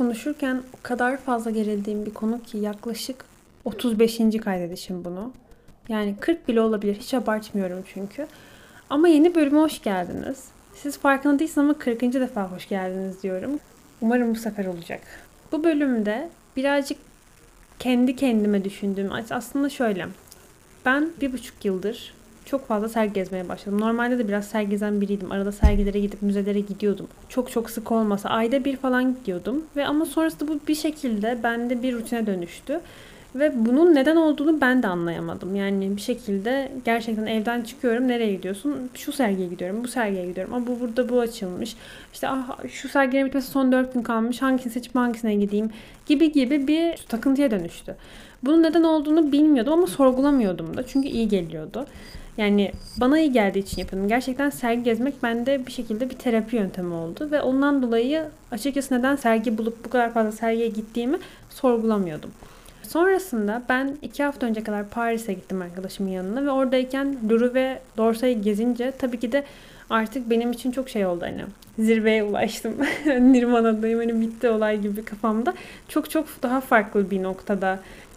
konuşurken o kadar fazla gerildiğim bir konu ki yaklaşık 35. kaydedişim bunu. Yani 40 bile olabilir. Hiç abartmıyorum çünkü. Ama yeni bölüme hoş geldiniz. Siz farkında değilsiniz ama 40. defa hoş geldiniz diyorum. Umarım bu sefer olacak. Bu bölümde birazcık kendi kendime düşündüğüm aslında şöyle. Ben 1,5 yıldır çok fazla sergi gezmeye başladım. Normalde de biraz sergi gezen biriydim. Arada sergilere gidip müzelere gidiyordum. Çok çok sık olmasa ayda bir falan gidiyordum. Ama sonrasında bu bir şekilde bende bir rutine dönüştü. Ve bunun neden olduğunu ben de anlayamadım. Yani bir şekilde gerçekten evden çıkıyorum. Nereye gidiyorsun? Şu sergiye gidiyorum. Bu sergiye gidiyorum. Bu burada bu açılmış. İşte şu sergilerin bitmesi son 4 gün kalmış. Hangisini seçip hangisine gideyim gibi bir takıntıya dönüştü. Bunun neden olduğunu bilmiyordum ama sorgulamıyordum da. Çünkü iyi geliyordu. Yani bana iyi geldiği için yapıyordum. Gerçekten sergi gezmek bende bir şekilde bir terapi yöntemi oldu. Ve ondan dolayı açıkçası neden sergi bulup bu kadar fazla sergiye gittiğimi sorgulamıyordum. Sonrasında ben 2 hafta önce kadar Paris'e gittim arkadaşımın yanına ve oradayken Louvre ve d'Orsay'ı gezince tabii ki de artık benim için çok şey oldu hani. Zirveye ulaştım. Nirvana'dayım. Hani bitti olay gibi kafamda. Çok çok daha farklı bir noktada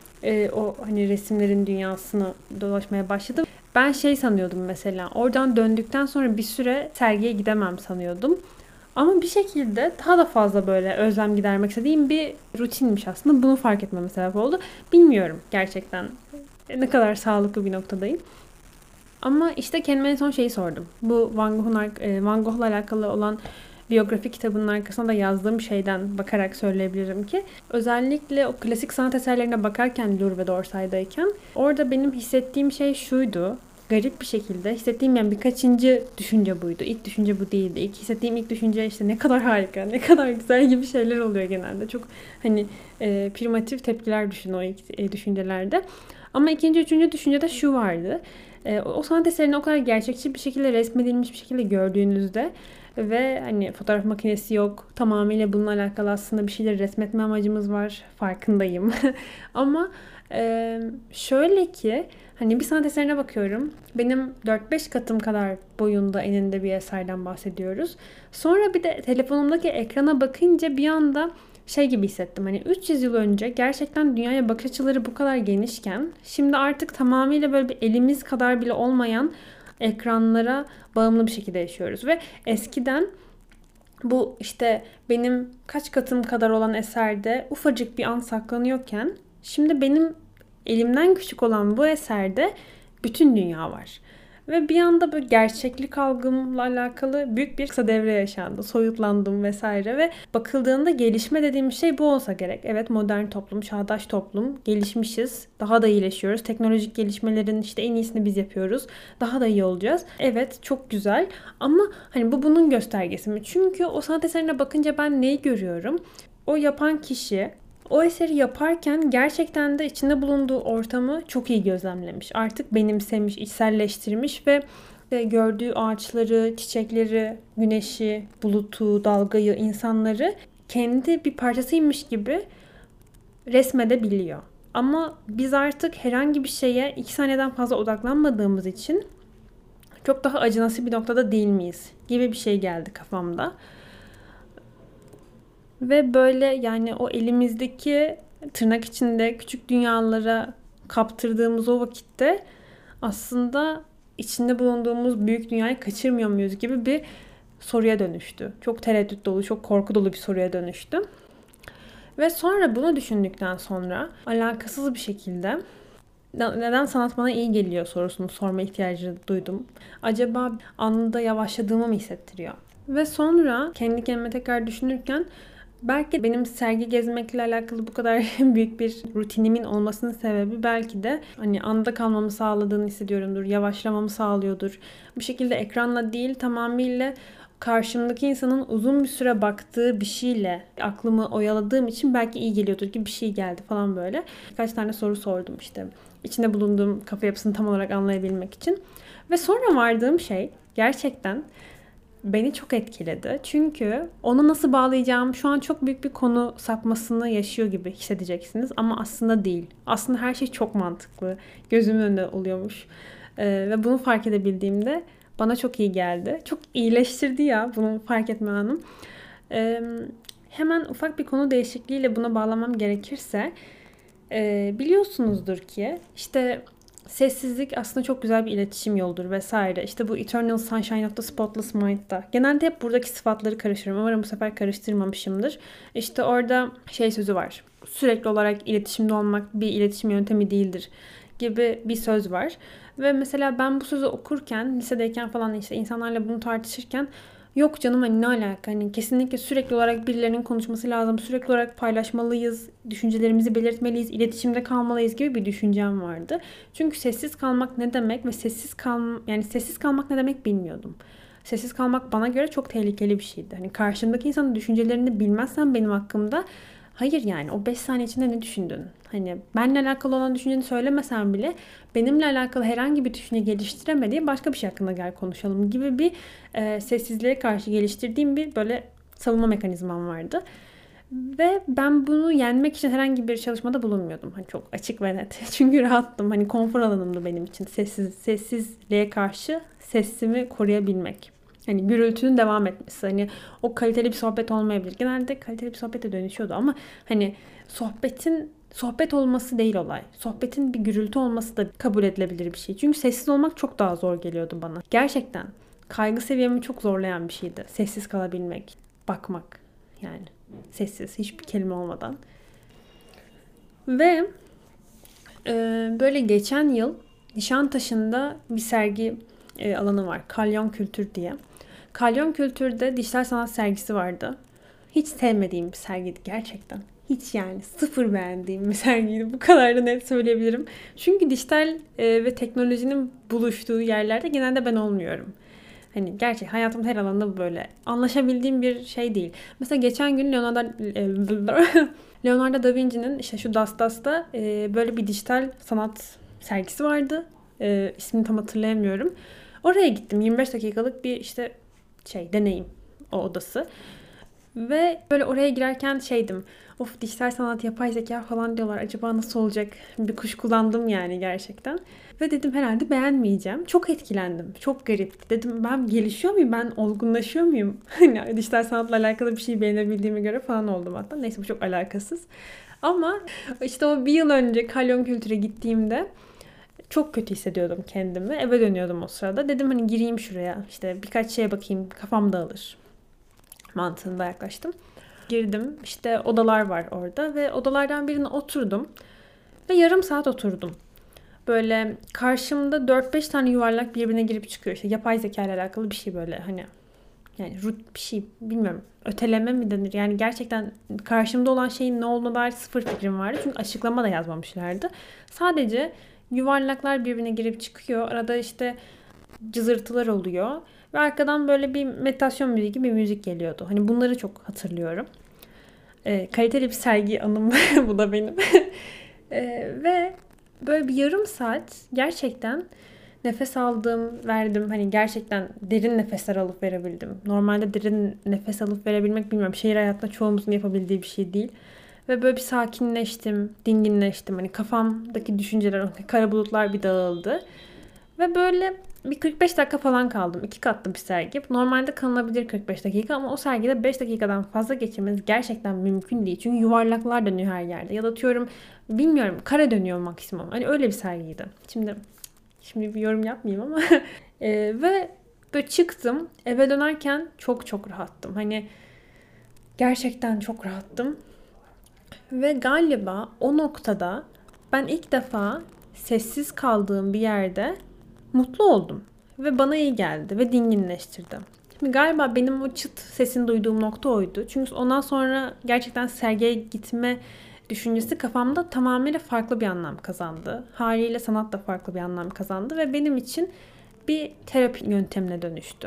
o hani resimlerin dünyasını dolaşmaya başladım. Ben şey sanıyordum mesela. Oradan döndükten sonra bir süre sergiye gidemem sanıyordum. Ama bir şekilde daha da fazla böyle özlem gidermek istediğim bir rutinmiş aslında. Bunu fark etmeme sebep oldu. Bilmiyorum gerçekten ne kadar sağlıklı bir noktadayım. Ama işte kendime en son şeyi sordum. Bu Van Gogh'la alakalı olan biyografi kitabının arkasına da yazdığım şeyden bakarak söyleyebilirim ki özellikle o klasik sanat eserlerine bakarken Louvre ve d'Orsay'dayken orada benim hissettiğim şey şuydu. Garip bir şekilde hissettiğim yani birkaçıncı düşünce buydu. İlk düşünce bu değildi. Hissettiğim ilk düşünce işte ne kadar harika, ne kadar güzel gibi şeyler oluyor genelde. Çok hani primatif tepkiler düşün o ilk düşüncelerde. Ama ikinci, üçüncü düşüncede şu vardı. O sanat eserini o kadar gerçekçi bir şekilde resmedilmiş bir şekilde gördüğünüzde ve hani fotoğraf makinesi yok. Tamamıyla bununla alakalı aslında bir şeyleri resmetme amacımız var. Farkındayım. Ama şöyle ki hani bir sanat eserine bakıyorum. Benim 4-5 katım kadar boyunda eninde bir eserden bahsediyoruz. Sonra bir de telefonumdaki ekrana bakınca bir anda şey gibi hissettim. Hani 300 yıl önce gerçekten dünyaya bakış açıları bu kadar genişken şimdi artık tamamıyla böyle bir elimiz kadar bile olmayan ekranlara bağımlı bir şekilde yaşıyoruz. Ve eskiden bu işte benim kaç katım kadar olan eserde ufacık bir an saklanıyorken şimdi benim elimden küçük olan bu eserde bütün dünya var. Ve bir anda böyle gerçeklik algımla alakalı büyük bir kısa devre yaşandı. Soyutlandım vesaire ve bakıldığında gelişme dediğim şey bu olsa gerek. Evet, modern toplum, çağdaş toplum, gelişmişiz. Daha da iyileşiyoruz. Teknolojik gelişmelerin işte en iyisini biz yapıyoruz. Daha da iyi olacağız. Evet, çok güzel ama hani bu bunun göstergesi mi? Çünkü o sanat eserine bakınca ben neyi görüyorum? O yapan kişi o eseri yaparken gerçekten de içinde bulunduğu ortamı çok iyi gözlemlemiş. Artık benimsemiş, içselleştirmiş ve gördüğü ağaçları, çiçekleri, güneşi, bulutu, dalgayı, insanları kendi bir parçasıymış gibi resmedebiliyor. Ama biz artık herhangi bir şeye 2 saniyeden fazla odaklanmadığımız için çok daha acınası bir noktada değil miyiz gibi bir şey geldi kafamda. Ve böyle yani o elimizdeki tırnak içinde küçük dünyalara kaptırdığımız o vakitte aslında içinde bulunduğumuz büyük dünyayı kaçırmıyor muyuz gibi bir soruya dönüştü. Çok tereddüt dolu, çok korku dolu bir soruya dönüştü. Ve sonra bunu düşündükten sonra alakasız bir şekilde neden sanat bana iyi geliyor sorusunu sorma ihtiyacı duydum. Acaba anında yavaşladığımı mı hissettiriyor? Ve sonra kendi kendime tekrar düşünürken belki benim sergi gezmekle alakalı bu kadar büyük bir rutinimin olmasının sebebi belki de hani anda kalmamı sağladığını hissediyorumdur, yavaşlamamı sağlıyordur. Bir şekilde ekranla değil tamamıyla karşımdaki insanın uzun bir süre baktığı bir şeyle aklımı oyaladığım için belki iyi geliyordur gibi bir şey geldi falan böyle. Birkaç tane soru sordum işte. İçinde bulunduğum kafa yapısını tam olarak anlayabilmek için. Ve sonra vardığım şey gerçekten beni çok etkiledi. Çünkü onu nasıl bağlayacağım şu an çok büyük bir konu sapmasını yaşıyor gibi hissedeceksiniz. Ama aslında değil. Aslında her şey çok mantıklı. Gözümün önünde oluyormuş. Ve bunu fark edebildiğimde bana çok iyi geldi. Çok iyileştirdi ya bunu fark etme anım. Hemen ufak bir konu değişikliğiyle buna bağlamam gerekirse biliyorsunuzdur ki işte sessizlik aslında çok güzel bir iletişim yoludur vesaire. İşte bu Eternal Sunshine of the Spotless Mind'da. Genelde hep buradaki sıfatları karıştırıyorum. Umarım bu sefer karıştırmamışımdır. İşte orada şey sözü var. Sürekli olarak iletişimde olmak bir iletişim yöntemi değildir gibi bir söz var. Ve mesela ben bu sözü okurken, lisedeyken falan işte insanlarla bunu tartışırken yok canım hani ne alaka? Hani kesinlikle sürekli olarak birilerinin konuşması lazım. Sürekli olarak paylaşmalıyız. Düşüncelerimizi belirtmeliyiz. İletişimde kalmalıyız gibi bir düşüncem vardı. Çünkü sessiz kalmak ne demek ve sessiz kalmak ne demek bilmiyordum. Sessiz kalmak bana göre çok tehlikeli bir şeydi. Hani karşımdaki insanın düşüncelerini bilmezsen benim hakkımda hayır yani o 5 saniye içinde ne düşündün? Hani benimle alakalı olan düşünceni söylemesen bile benimle alakalı herhangi bir düşünce geliştiremediği başka bir şey hakkında gel konuşalım gibi bir sessizliğe karşı geliştirdiğim bir böyle savunma mekanizmam vardı. Ve ben bunu yenmek için herhangi bir çalışmada bulunmuyordum. Hani çok açık ve net. Çünkü rahattım. Hani konfor alanımdı benim için. Sessizliğe karşı sesimi koruyabilmek. Hani gürültünün devam etmesi. Hani o kaliteli bir sohbet olmayabilir. Genelde kaliteli bir sohbete dönüşüyordu ama hani sohbet olması değil olay. Sohbetin bir gürültü olması da kabul edilebilir bir şey. Çünkü sessiz olmak çok daha zor geliyordu bana. Gerçekten kaygı seviyemi çok zorlayan bir şeydi. Sessiz kalabilmek, bakmak yani. Sessiz, hiçbir kelime olmadan. Ve böyle geçen yıl Nişantaşı'nda bir sergi alanı var. Kalyon Kültür diye. Kalyon Kültür'de dijital sanat sergisi vardı. Hiç sevmediğim bir sergiydi gerçekten. Hiç yani sıfır beğendiğim bir sergiydi. Bu kadar da net söyleyebilirim. Çünkü dijital ve teknolojinin buluştuğu yerlerde genelde ben olmuyorum. Hani gerçek hayatımın her alanında böyle anlaşabildiğim bir şey değil. Mesela geçen gün Leonardo da Vinci'nin işte şu Dastas'ta böyle bir dijital sanat sergisi vardı. İsmini tam hatırlayamıyorum. Oraya gittim. 25 dakikalık bir işte deneyim o odası. Ve böyle oraya girerken şeydim. Of dijital sanat, yapay zeka falan diyorlar. Acaba nasıl olacak? Bir kuşkulandım yani gerçekten. Ve dedim herhalde beğenmeyeceğim. Çok etkilendim. Çok garip. Dedim ben gelişiyor muyum? Ben olgunlaşıyor muyum? Hani dijital sanatla alakalı bir şey beğenebildiğime göre falan oldum hatta. Neyse bu çok alakasız. Ama işte o bir yıl önce Kalyon Kültür'e gittiğimde çok kötü hissediyordum kendimi. Eve dönüyordum o sırada. Dedim hani gireyim şuraya. İşte birkaç şeye bakayım. Kafam dağılır mantığında yaklaştım. Girdim. İşte odalar var orada ve odalardan birine oturdum. Ve yarım saat oturdum. Böyle karşımda 4-5 tane yuvarlak birbirine girip çıkıyor. İşte yapay zeka ile alakalı bir şey böyle hani yani bir şey bilmiyorum. Öteleme mi denir? Yani gerçekten karşımda olan şeyin ne olduğuna dair sıfır fikrim vardı. Çünkü açıklama da yazmamışlardı. Sadece yuvarlaklar birbirine girip çıkıyor. Arada işte cızırtılar oluyor. Ve arkadan böyle bir meditasyon müziği gibi bir müzik geliyordu. Hani bunları çok hatırlıyorum. Kaliteli bir sergi anım bu da benim. Ve böyle bir yarım saat gerçekten nefes aldım, verdim. Hani gerçekten derin nefesler alıp verebildim. Normalde derin nefes alıp verebilmek bilmiyorum. Şehir hayatında çoğumuzun yapabildiği bir şey değil. Ve böyle bir sakinleştim, dinginleştim. Hani kafamdaki düşünceler, kara bulutlar bir dağıldı. Ve böyle bir 45 dakika falan kaldım. 2 katlı bir sergi. Normalde kalınabilir 45 dakika ama o sergide 5 dakikadan fazla geçirmeniz gerçekten mümkün değil. Çünkü yuvarlaklar dönüyor her yerde. Ya da atıyorum bilmiyorum kare dönüyor maksimum. Hani öyle bir sergiydi. Şimdi bir yorum yapmayayım ama ve böyle çıktım. Eve dönerken çok çok rahattım. Hani gerçekten çok rahattım. Ve galiba o noktada ben ilk defa sessiz kaldığım bir yerde mutlu oldum. Ve bana iyi geldi ve dinginleştirdi. Şimdi galiba benim o çıt sesini duyduğum nokta oydu. Çünkü ondan sonra gerçekten sergiye gitme düşüncesi kafamda tamamıyla farklı bir anlam kazandı. Haliyle sanat da farklı bir anlam kazandı ve benim için bir terapi yöntemine dönüştü.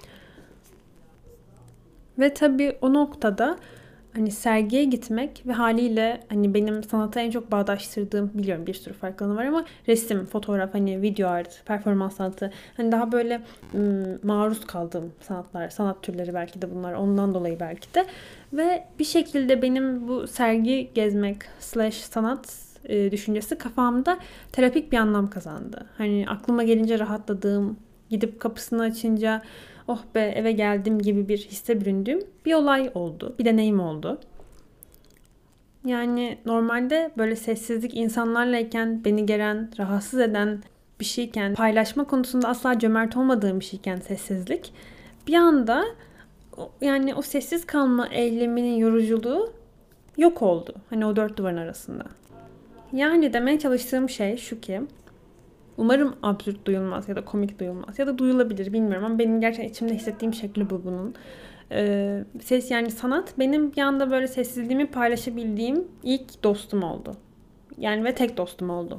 Ve tabii o noktada hani sergiye gitmek ve haliyle hani benim sanata en çok bağdaştırdığım biliyorum bir sürü farklı alanı var ama resim, fotoğraf, hani video art, performans sanatı hani daha böyle maruz kaldığım sanatlar, sanat türleri belki de bunlar ondan dolayı belki de ve bir şekilde benim bu sergi gezmek slash sanat düşüncesi kafamda terapik bir anlam kazandı. Hani aklıma gelince rahatladığım, gidip kapısını açınca oh be eve geldim gibi bir hisse büründüğüm bir olay oldu. Bir deneyim oldu. Yani normalde böyle sessizlik insanlarlayken beni gelen, rahatsız eden bir şeyken, paylaşma konusunda asla cömert olmadığım bir şeyken sessizlik, bir anda yani o sessiz kalma eyleminin yoruculuğu yok oldu. Hani o dört duvarın arasında. Yani demeye çalıştığım şey şu ki, umarım absürt duyulmaz ya da komik duyulmaz ya da duyulabilir bilmiyorum ama benim gerçekten içimde hissettiğim şekli bu bunun. Ses yani sanat benim bir anda böyle sessizliğimi paylaşabildiğim ilk dostum oldu. Yani ve tek dostum oldu.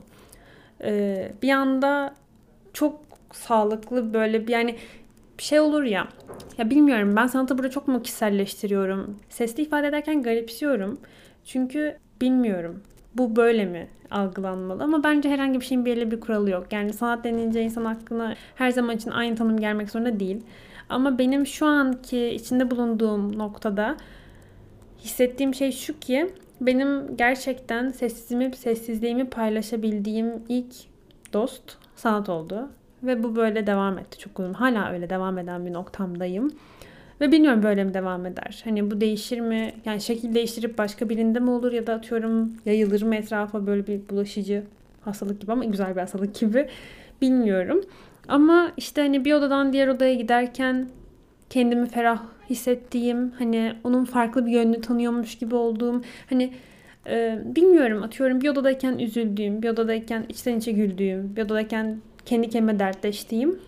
Bir anda çok sağlıklı böyle bir yani bir şey olur ya. Ya bilmiyorum ben sanatı burada çok mu kişiselleştiriyorum? Sesli ifade ederken garipsiyorum. Çünkü bilmiyorum. Bu böyle mi algılanmalı? Ama bence herhangi bir şeyin belirli bir kuralı yok. Yani sanat denince insan aklına her zaman için aynı tanım gelmek zorunda değil. Ama benim şu anki içinde bulunduğum noktada hissettiğim şey şu ki benim gerçekten sessizliğimi paylaşabildiğim ilk dost sanat oldu. Ve bu böyle devam etti çok uzun. Hala öyle devam eden bir noktamdayım. Ve bilmiyorum böyle mi devam eder? Hani bu değişir mi? Yani şekil değiştirip başka birinde mi olur ya da atıyorum yayılır mı etrafa böyle bir bulaşıcı hastalık gibi ama güzel bir hastalık gibi bilmiyorum. Ama işte hani bir odadan diğer odaya giderken kendimi ferah hissettiğim, hani onun farklı bir yönünü tanıyormuş gibi olduğum, hani bilmiyorum atıyorum bir odadayken üzüldüğüm, bir odadayken içten içe güldüğüm, bir odadayken kendi kendime dertleştiğim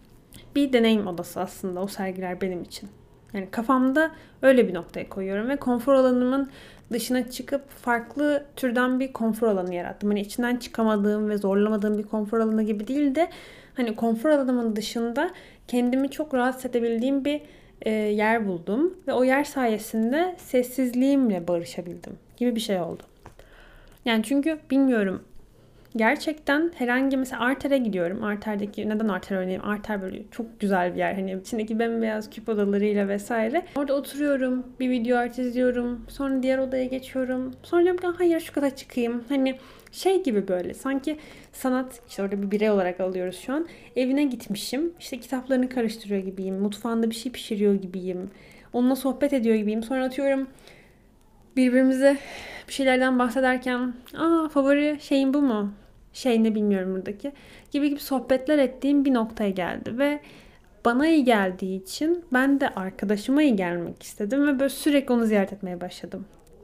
bir deneyim odası aslında o sergiler benim için. Yani kafamda öyle bir noktaya koyuyorum ve konfor alanımın dışına çıkıp farklı türden bir konfor alanı yarattım. Hani içinden çıkamadığım ve zorlamadığım bir konfor alanı gibi değil de hani konfor alanımın dışında kendimi çok rahat hissedebildiğim bir yer buldum. Ve o yer sayesinde sessizliğimle barışabildim gibi bir şey oldu. Yani çünkü bilmiyorum gerçekten herhangi mesela Arter'e gidiyorum. Arter'deki neden Arter örneğin? Arter böyle çok güzel bir yer. Hani içindeki bembeyaz küp odalarıyla vesaire. Orada oturuyorum. Bir video art izliyorum. Sonra diğer odaya geçiyorum. Sonra diyorum ki hayır şu kadar çıkayım. Hani şey gibi böyle sanki sanat işte orada bir birey olarak alıyoruz şu an. Evine gitmişim. İşte kitaplarını karıştırıyor gibiyim. Mutfağında bir şey pişiriyor gibiyim. Onunla sohbet ediyor gibiyim. Sonra atıyorum birbirimize bir şeylerden bahsederken favori şeyin bu mu? Şey ne bilmiyorum buradaki. Gibi sohbetler ettiğim bir noktaya geldi ve bana iyi geldiği için ben de arkadaşıma iyi gelmek istedim ve böyle sürekli onu ziyaret etmeye başladım.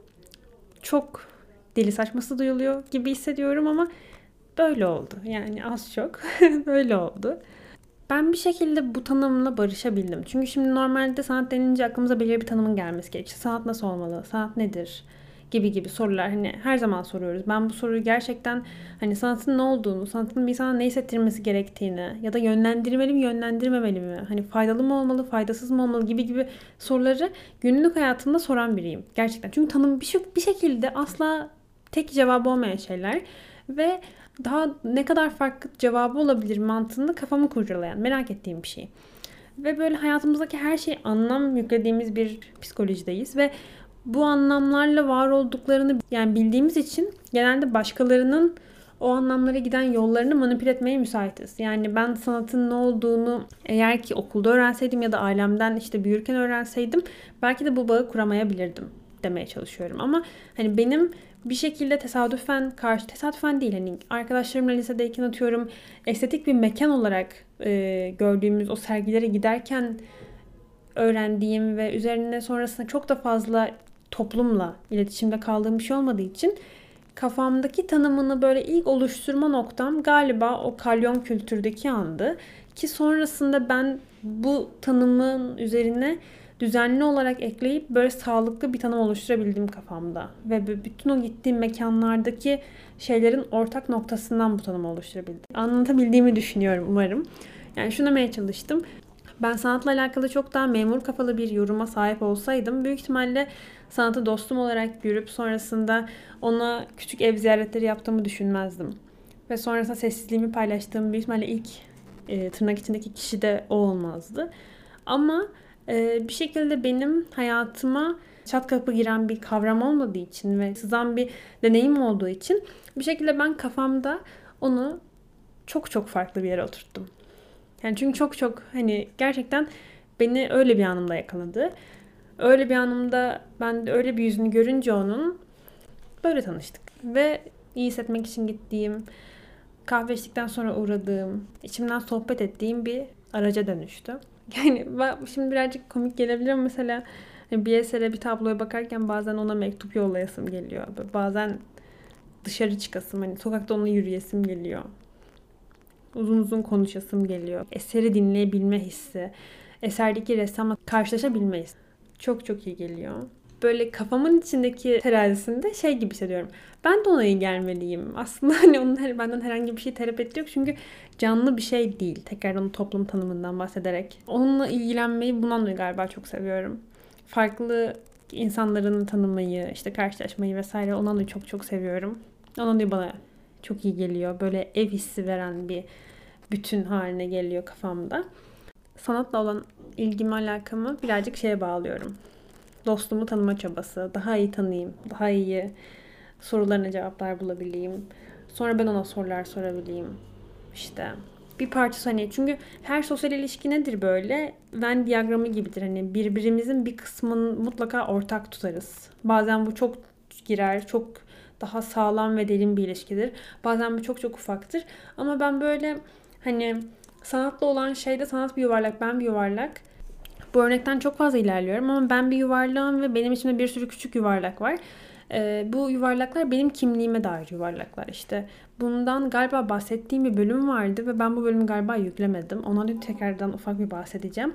Çok deli saçması duyuluyor gibi hissediyorum ama böyle oldu. Yani az çok böyle oldu. Ben bir şekilde bu tanımla barışabildim. Çünkü şimdi normalde sanat denince aklımıza belirli bir tanımın gelmesi gerekiyor. Sanat nasıl olmalı? Sanat nedir? Gibi sorular hani her zaman soruyoruz. Ben bu soruyu gerçekten hani sanatın ne olduğunu, sanatın bir insana ne hissettirmesi gerektiğini ya da yönlendirmeli mi, yönlendirmemeli mi? Hani faydalı mı olmalı, faydasız mı olmalı gibi soruları günlük hayatımda soran biriyim. Gerçekten. Çünkü tanım bir şekilde asla tek cevabı olmayan şeyler ve daha ne kadar farklı cevabı olabilir mantığında kafamı kurcalayan, merak ettiğim bir şey. Ve böyle hayatımızdaki her şeye anlam yüklediğimiz bir psikolojideyiz ve bu anlamlarla var olduklarını yani bildiğimiz için genelde başkalarının o anlamlara giden yollarını manipüle etmeye müsaitiz. Yani ben sanatın ne olduğunu eğer ki okulda öğrenseydim ya da ailemden işte büyürken öğrenseydim belki de bu bağı kuramayabilirdim demeye çalışıyorum. Ama hani benim bir şekilde tesadüfen değil hani arkadaşlarımla lisedeyken atıyorum estetik bir mekan olarak gördüğümüz o sergilere giderken öğrendiğim ve üzerine sonrasında çok da fazla toplumla iletişimde kaldığım bir şey olmadığı için kafamdaki tanımını böyle ilk oluşturma noktam galiba o kalyon kültürdeki andı. Ki sonrasında ben bu tanımın üzerine düzenli olarak ekleyip böyle sağlıklı bir tanım oluşturabildim kafamda. Ve bütün o gittiğim mekanlardaki şeylerin ortak noktasından bu tanımı oluşturabildim. Anlatabildiğimi düşünüyorum umarım. Yani şunu demeye çalıştım. Ben sanatla alakalı çok daha memur kafalı bir yoruma sahip olsaydım büyük ihtimalle sanatı dostum olarak görüp sonrasında ona küçük ev ziyaretleri yaptığımı düşünmezdim. Ve sonrasında sessizliğimi paylaştığım büyük ihtimalle ilk tırnak içindeki kişi de o olmazdı. Ama bir şekilde benim hayatıma çat kapı giren bir kavram olmadığı için ve sızan bir deneyim olduğu için bir şekilde ben kafamda onu çok çok farklı bir yere oturttum. Yani çünkü çok hani gerçekten Beni öyle bir anımda yakaladı. Öyle bir anımda ben de öyle bir yüzünü görünce onun böyle tanıştık. Ve iyi hissetmek için gittiğim, kahve içtikten sonra uğradığım, içimden sohbet ettiğim bir araca dönüştü. Yani şimdi birazcık komik gelebilir ama mesela bir esere, bir tabloya bakarken bazen ona mektup yollayasım geliyor. Bazen dışarı çıkasım, hani sokakta onunla yürüyesim geliyor. Uzun uzun konuşasım geliyor. Eseri dinleyebilme hissi, eserdeki ressamla karşılaşabilme hissi çok çok iyi geliyor. Böyle kafamın içindeki terazisinde şey gibi hissediyorum. Ben de ona iyi gelmeliyim. Aslında hani onun benden herhangi bir şey talep yok. Çünkü canlı bir şey değil. Tekrar onun toplum tanımından bahsederek. Onunla ilgilenmeyi bundan dolayı galiba çok seviyorum. Farklı insanların tanımayı, işte karşılaşmayı vesaire ondan dolayı çok çok seviyorum. Ondan dolayı bana çok iyi geliyor. Böyle ev hissi veren bir bütün haline geliyor kafamda. Sanatla olan ilgimi, alakamı birazcık şeye bağlıyorum. Dostumu tanıma çabası. Daha iyi tanıyayım. Daha iyi sorularına cevaplar bulabileyim. Sonra ben ona sorular sorabileyim. İşte bir parçası hani, çünkü her sosyal ilişki nedir böyle? Venn diyagramı gibidir. Hani birbirimizin bir kısmını mutlaka ortak tutarız. Bazen bu çok girer, çok daha sağlam ve derin bir ilişkidir. Bazen bu çok çok ufaktır. Ama ben böyle hani sanatla olan şeyde, sanat bir yuvarlak, ben bir yuvarlak. Bu örnekten çok fazla ilerliyorum ama ben bir yuvarlağım ve benim içimde bir sürü küçük yuvarlak var. Bu yuvarlaklar benim kimliğime dair yuvarlaklar işte. Bundan galiba bahsettiğim bir bölüm vardı ve ben bu bölümü galiba yüklemedim. Ona da tekrardan ufak bir bahsedeceğim.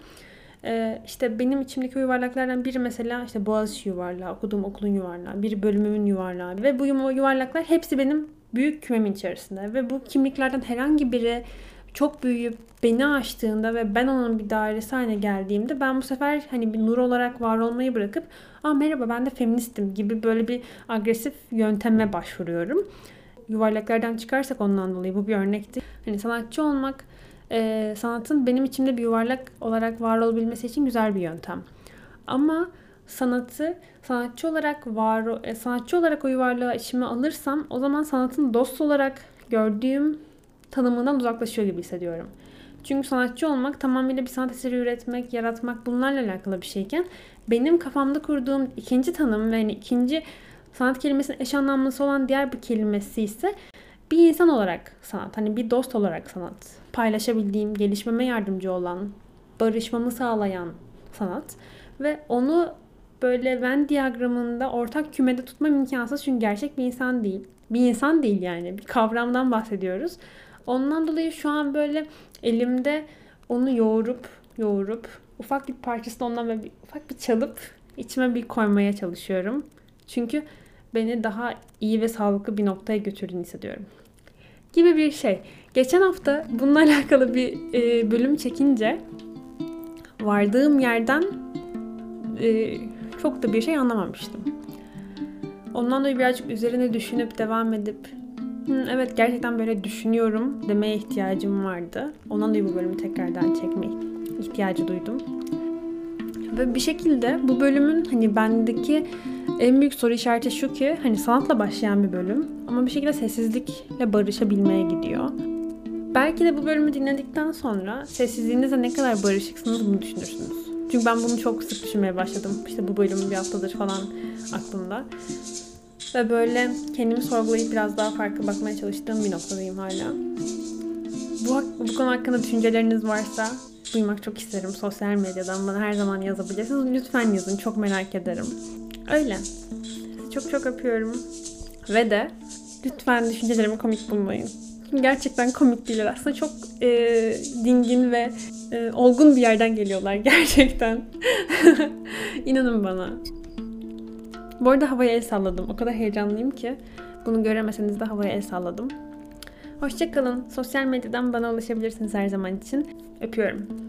İşte benim içimdeki yuvarlaklardan biri mesela işte Boğaziçi yuvarlağı, okuduğum okulun yuvarlağı, bir bölümümün yuvarlağı ve bu yuvarlaklar hepsi benim büyük kümemin içerisinde ve bu kimliklerden herhangi biri çok büyüyüp beni aştığında ve ben onun bir dairesi haline geldiğimde ben bu sefer hani bir nur olarak var olmayı bırakıp merhaba ben de feministim gibi böyle bir agresif yönteme başvuruyorum. Yuvarlaklardan çıkarsak ondan dolayı bu bir örnekti. Hani sanatçı olmak, sanatın benim içimde bir yuvarlak olarak var olabilmesi için güzel bir yöntem. Ama sanatçı olarak o yuvarlığı içime alırsam o zaman sanatın dost olarak gördüğüm tanımından uzaklaşıyor gibi hissediyorum. Çünkü sanatçı olmak tamamıyla bir sanat eseri üretmek, yaratmak, bunlarla alakalı bir şeyken benim kafamda kurduğum ikinci tanım ve yani ikinci sanat kelimesinin eş anlamlısı olan diğer bir kelimesi ise bir insan olarak sanat. Hani bir dost olarak sanat. Paylaşabildiğim, gelişmeme yardımcı olan, barışmamı sağlayan sanat. Ve onu böyle Venn diyagramında ortak kümede tutmam imkansız. Çünkü gerçek bir insan değil. Bir insan değil yani. Bir kavramdan bahsediyoruz. Ondan dolayı şu an böyle elimde onu yoğurup ufak bir parçasını ondan böyle ufak bir çalıp içime bir koymaya çalışıyorum. Çünkü beni daha iyi ve sağlıklı bir noktaya götürdüğünü hissediyorum. Gibi bir şey. Geçen hafta bununla alakalı bir bölüm çekince vardığım yerden çok da bir şey anlamamıştım. Ondan dolayı birazcık üzerine düşünüp devam edip evet gerçekten böyle düşünüyorum demeye ihtiyacım vardı. Ondan dolayı bu bölümü tekrardan çekme ihtiyacı duydum. Ve bir şekilde bu bölümün hani bendeki en büyük soru işareti şu ki hani sanatla başlayan bir bölüm ama bir şekilde sessizlikle barışabilmeye gidiyor. Belki de bu bölümü dinledikten sonra sessizliğinizle ne kadar barışıksınız bunu düşünürsünüz. Çünkü ben bunu çok sık düşünmeye başladım. İşte bu bölümün bir haftadır falan aklımda. Ve böyle kendimi sorgulayıp biraz daha farklı bakmaya çalıştığım bir noktadayım hala. Bu konu hakkında düşünceleriniz varsa duymak çok isterim. Sosyal medyadan bana her zaman yazabilirsiniz. Lütfen yazın. Çok merak ederim. Öyle. Çok çok öpüyorum. Ve de lütfen düşüncelerimi komik bulmayın. Gerçekten komik değiller. Aslında çok dingin ve olgun bir yerden geliyorlar gerçekten. İnanın bana. Bu arada havaya el salladım. O kadar heyecanlıyım ki. Bunu göremeseniz de havaya el salladım. Hoşça kalın. Sosyal medyadan bana ulaşabilirsiniz her zaman için. Öpüyorum.